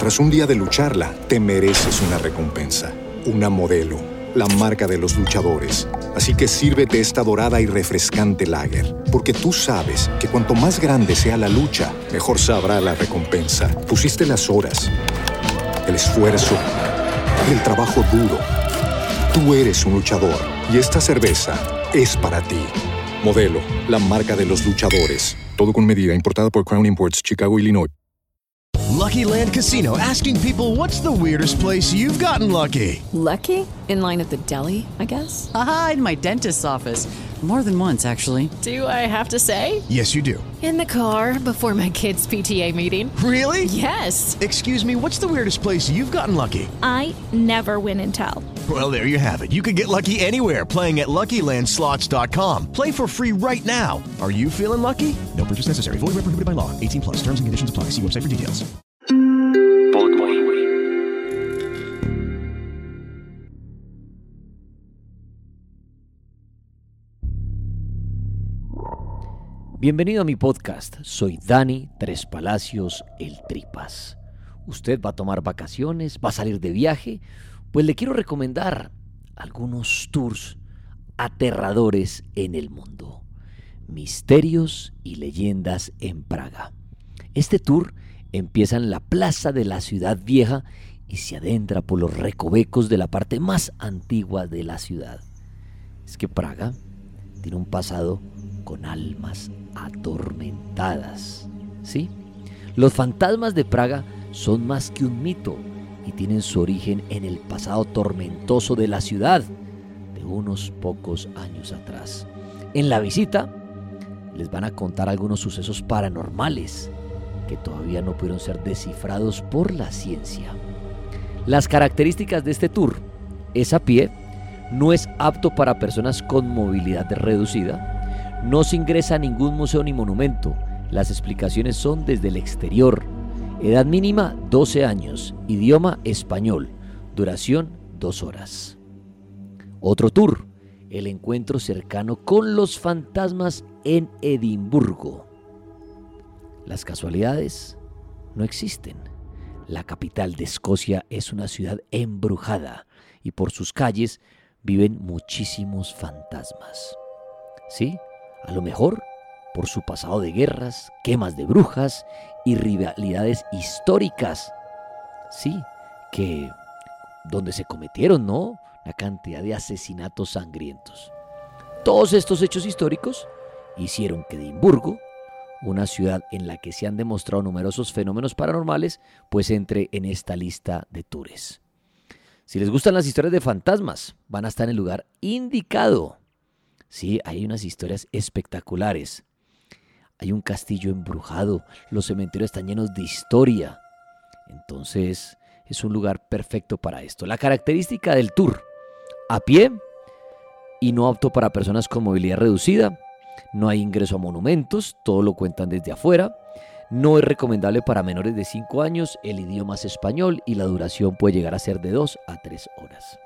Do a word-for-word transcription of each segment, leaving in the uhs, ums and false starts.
Tras un día de lucharla, te mereces una recompensa, una Modelo, la marca de los luchadores. Así que sírvete esta dorada y refrescante lager, porque tú sabes que cuanto más grande sea la lucha, mejor sabrá la recompensa. Pusiste las horas, el esfuerzo, el trabajo duro. Tú eres un luchador y esta cerveza es para ti. Modelo, la marca de los luchadores. Todo con medida, importada por Crown Imports, Chicago, Illinois. Lucky Land Casino, asking people, what's the weirdest place you've gotten lucky? Lucky? In line at the deli, I guess? Aha, in my dentist's office. More than once, actually. Do I have to say? Yes, you do. In the car, before my kids' P T A meeting. Really? Yes. Excuse me, what's the weirdest place you've gotten lucky? I never win and tell. Well, there you have it. You can get lucky anywhere, playing at Lucky Land Slots dot com. Play for free right now. Are you feeling lucky? No purchase necessary. Void where prohibited by law. eighteen plus. Terms and conditions apply. See website for details. Bienvenido a mi podcast. Soy Dani Tres Palacios, el Tripas. ¿Usted va a tomar vacaciones? ¿Va a salir de viaje? Pues le quiero recomendar algunos tours aterradores en el mundo. Misterios y leyendas en Praga. Este tour empieza en la plaza de la ciudad vieja y se adentra por los recovecos de la parte más antigua de la ciudad. Es que Praga tiene un pasado con almas atormentadas, ¿sí? Los fantasmas de Praga son más que un mito y tienen su origen en el pasado tormentoso de la ciudad de unos pocos años atrás. En la visita les van a contar algunos sucesos paranormales que todavía no pudieron ser descifrados por la ciencia. Las características de este tour es a pie, no es apto para personas con movilidad reducida, no se ingresa a ningún museo ni monumento, las explicaciones son desde el exterior. Edad mínima doce años, idioma español, duración dos horas. Otro tour, el encuentro cercano con los fantasmas en Edimburgo. Las casualidades no existen. La capital de Escocia es una ciudad embrujada y por sus calles viven muchísimos fantasmas. ¿Sí? A lo mejor por su pasado de guerras, quemas de brujas y rivalidades históricas. Sí, que donde se cometieron, ¿no?, la cantidad de asesinatos sangrientos. Todos estos hechos históricos hicieron que Edimburgo, una ciudad en la que se han demostrado numerosos fenómenos paranormales, pues entre en esta lista de tours. Si les gustan las historias de fantasmas, van a estar en el lugar indicado. Sí, hay unas historias espectaculares. Hay un castillo embrujado, los cementerios están llenos de historia. Entonces, es un lugar perfecto para esto. La característica del tour: a pie y no apto para personas con movilidad reducida. No hay ingreso a monumentos, todo lo cuentan desde afuera. No es recomendable para menores de cinco años, el idioma es español y la duración puede llegar a ser de dos a tres horas.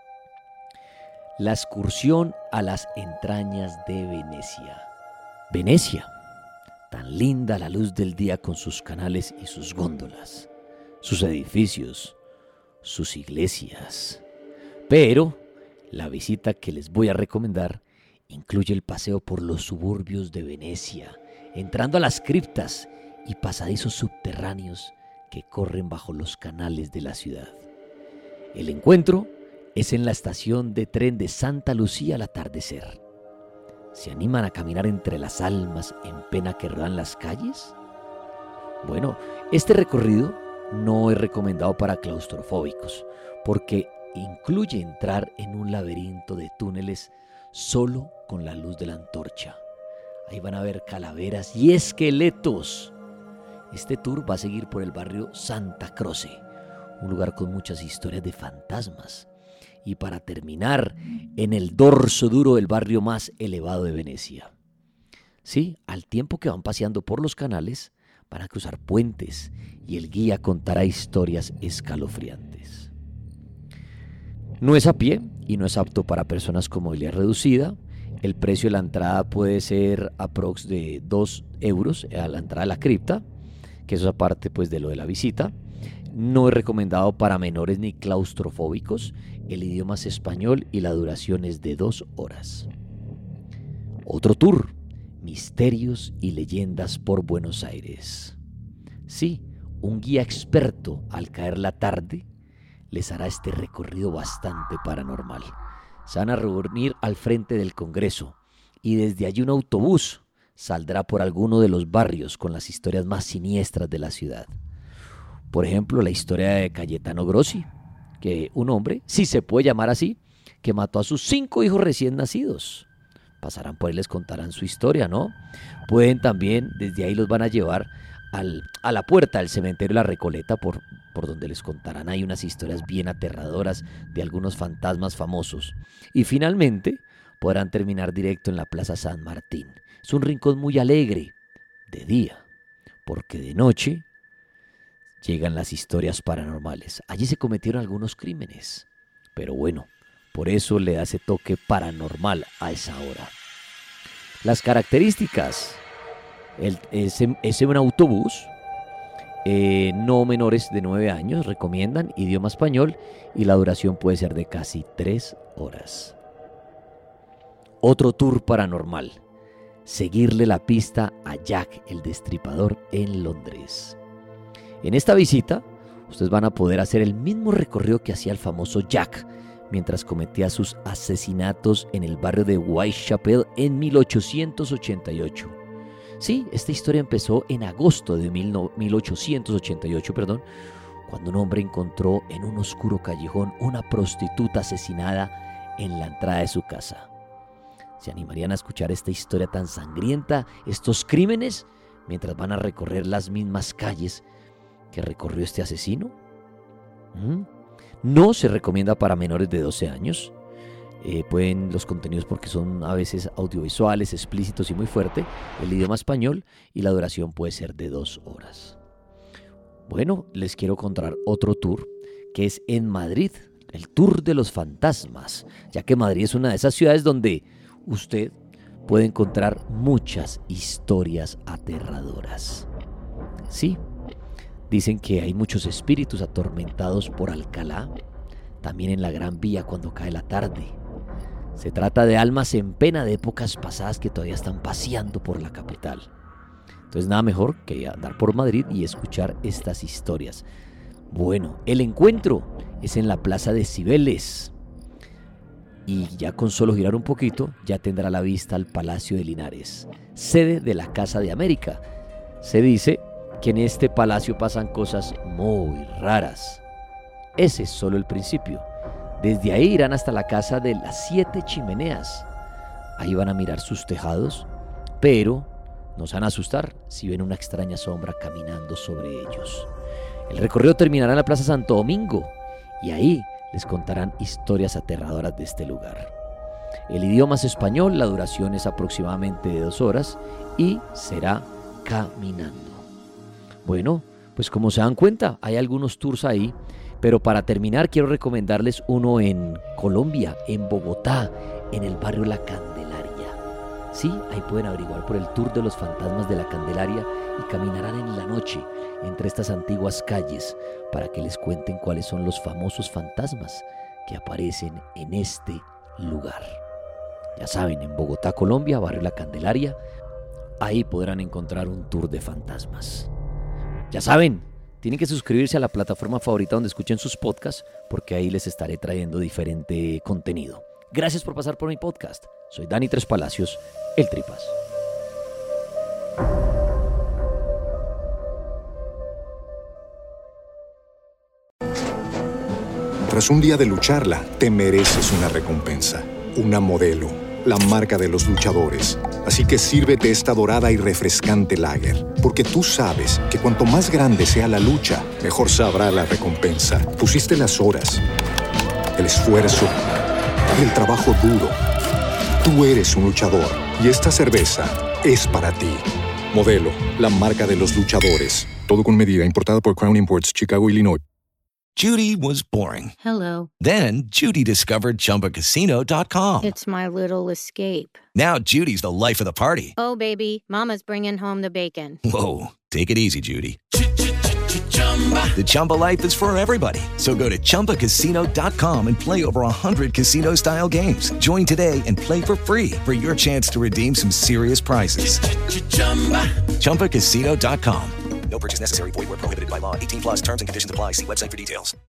La excursión a las entrañas de Venecia. Venecia, tan linda a la luz del día con sus canales y sus góndolas, sus edificios, sus iglesias. Pero la visita que les voy a recomendar incluye el paseo por los suburbios de Venecia, entrando a las criptas y pasadizos subterráneos que corren bajo los canales de la ciudad. El encuentro es en la estación de tren de Santa Lucía al atardecer. ¿Se animan a caminar entre las almas en pena que rodean las calles? Bueno, este recorrido no es recomendado para claustrofóbicos, porque incluye entrar en un laberinto de túneles solo con la luz de la antorcha. Ahí van a ver calaveras y esqueletos. Este tour va a seguir por el barrio Santa Croce, un lugar con muchas historias de fantasmas. Y para terminar, en el dorso duro del barrio más elevado de Venecia. Sí, al tiempo que van paseando por los canales, van a cruzar puentes y el guía contará historias escalofriantes. No es a pie y no es apto para personas con movilidad reducida. El precio de la entrada puede ser aprox de dos euros a la entrada de la cripta, que eso es aparte pues de lo de la visita. No es recomendado para menores ni claustrofóbicos. El idioma es español y la duración es de dos horas. Otro tour. Misterios y leyendas por Buenos Aires. Sí, un guía experto al caer la tarde les hará este recorrido bastante paranormal. Se van a reunir al frente del Congreso y desde allí un autobús saldrá por alguno de los barrios con las historias más siniestras de la ciudad. Por ejemplo, la historia de Cayetano Grossi, que un hombre, si se puede llamar así, que mató a sus cinco hijos recién nacidos. Pasarán por ahí y les contarán su historia, ¿no? Pueden también, desde ahí los van a llevar al, a la puerta del cementerio La Recoleta, por, por donde les contarán ahí unas historias bien aterradoras de algunos fantasmas famosos. Y finalmente podrán terminar directo en la Plaza San Martín. Es un rincón muy alegre, de día, porque de noche llegan las historias paranormales. Allí se cometieron algunos crímenes, pero bueno, por eso le da ese toque paranormal a esa hora. Las características, el, es, es un autobús, eh, no menores de nueve años, recomiendan, idioma español, y la duración puede ser de casi tres horas. Otro tour paranormal, seguirle la pista a Jack el Destripador en Londres. En esta visita, ustedes van a poder hacer el mismo recorrido que hacía el famoso Jack mientras cometía sus asesinatos en el barrio de Whitechapel en mil ochocientos ochenta y ocho. Sí, esta historia empezó en agosto de mil ochocientos ochenta y ocho, perdón, cuando un hombre encontró en un oscuro callejón una prostituta asesinada en la entrada de su casa. ¿Se animarían a escuchar esta historia tan sangrienta, estos crímenes, mientras van a recorrer las mismas calles que recorrió este asesino? ¿Mm? No se recomienda para menores de doce años. Eh, pueden los contenidos porque son a veces audiovisuales, explícitos y muy fuerte. El idioma español y la duración puede ser de dos horas. Bueno, les quiero contar otro tour que es en Madrid, el Tour de los Fantasmas, ya que Madrid es una de esas ciudades donde usted puede encontrar muchas historias aterradoras. Sí, dicen que hay muchos espíritus atormentados por Alcalá, también en la Gran Vía cuando cae la tarde. Se trata de almas en pena de épocas pasadas que todavía están paseando por la capital. Entonces nada mejor que andar por Madrid y escuchar estas historias. Bueno, el encuentro es en la Plaza de Cibeles. Y ya con solo girar un poquito, ya tendrá la vista al Palacio de Linares, sede de la Casa de América. Se dice que en este palacio pasan cosas muy raras. Ese es solo el principio. Desde ahí irán hasta la Casa de las Siete Chimeneas. Ahí van a mirar sus tejados, pero no se van a asustar si ven una extraña sombra caminando sobre ellos. El recorrido terminará en la Plaza Santo Domingo y ahí les contarán historias aterradoras de este lugar. El idioma es español, la duración es aproximadamente de dos horas y será caminando. Bueno, pues como se dan cuenta, hay algunos tours ahí, pero para terminar quiero recomendarles uno en Colombia, en Bogotá, en el barrio La Candelaria. Sí, ahí pueden averiguar por el tour de los fantasmas de La Candelaria y caminarán en la noche entre estas antiguas calles para que les cuenten cuáles son los famosos fantasmas que aparecen en este lugar. Ya saben, en Bogotá, Colombia, barrio La Candelaria, ahí podrán encontrar un tour de fantasmas. Ya saben, tienen que suscribirse a la plataforma favorita donde escuchen sus podcasts porque ahí les estaré trayendo diferente contenido. Gracias por pasar por mi podcast. Soy Dani Tres Palacios, el Tripas. Tras un día de lucharla, te mereces una recompensa, una Modelo, la marca de los luchadores. Así que sírvete esta dorada y refrescante lager, porque tú sabes que cuanto más grande sea la lucha, mejor sabrá la recompensa. Pusiste las horas, el esfuerzo, el trabajo duro. Tú eres un luchador y esta cerveza es para ti. Modelo, la marca de los luchadores. Todo con medida, importada por Crown Imports, Chicago, Illinois. Judy was boring. Hello. Then Judy discovered Chumba Casino dot com. It's my little escape. Now Judy's the life of the party. Oh, baby, mama's bringing home the bacon. Whoa, take it easy, Judy. The Chumba life is for everybody. So go to Chumba Casino dot com and play over one hundred casino-style games. Join today and play for free for your chance to redeem some serious prizes. Chumba Casino dot com. No purchase necessary. Void where prohibited by law. eighteen plus terms and conditions apply. See website for details.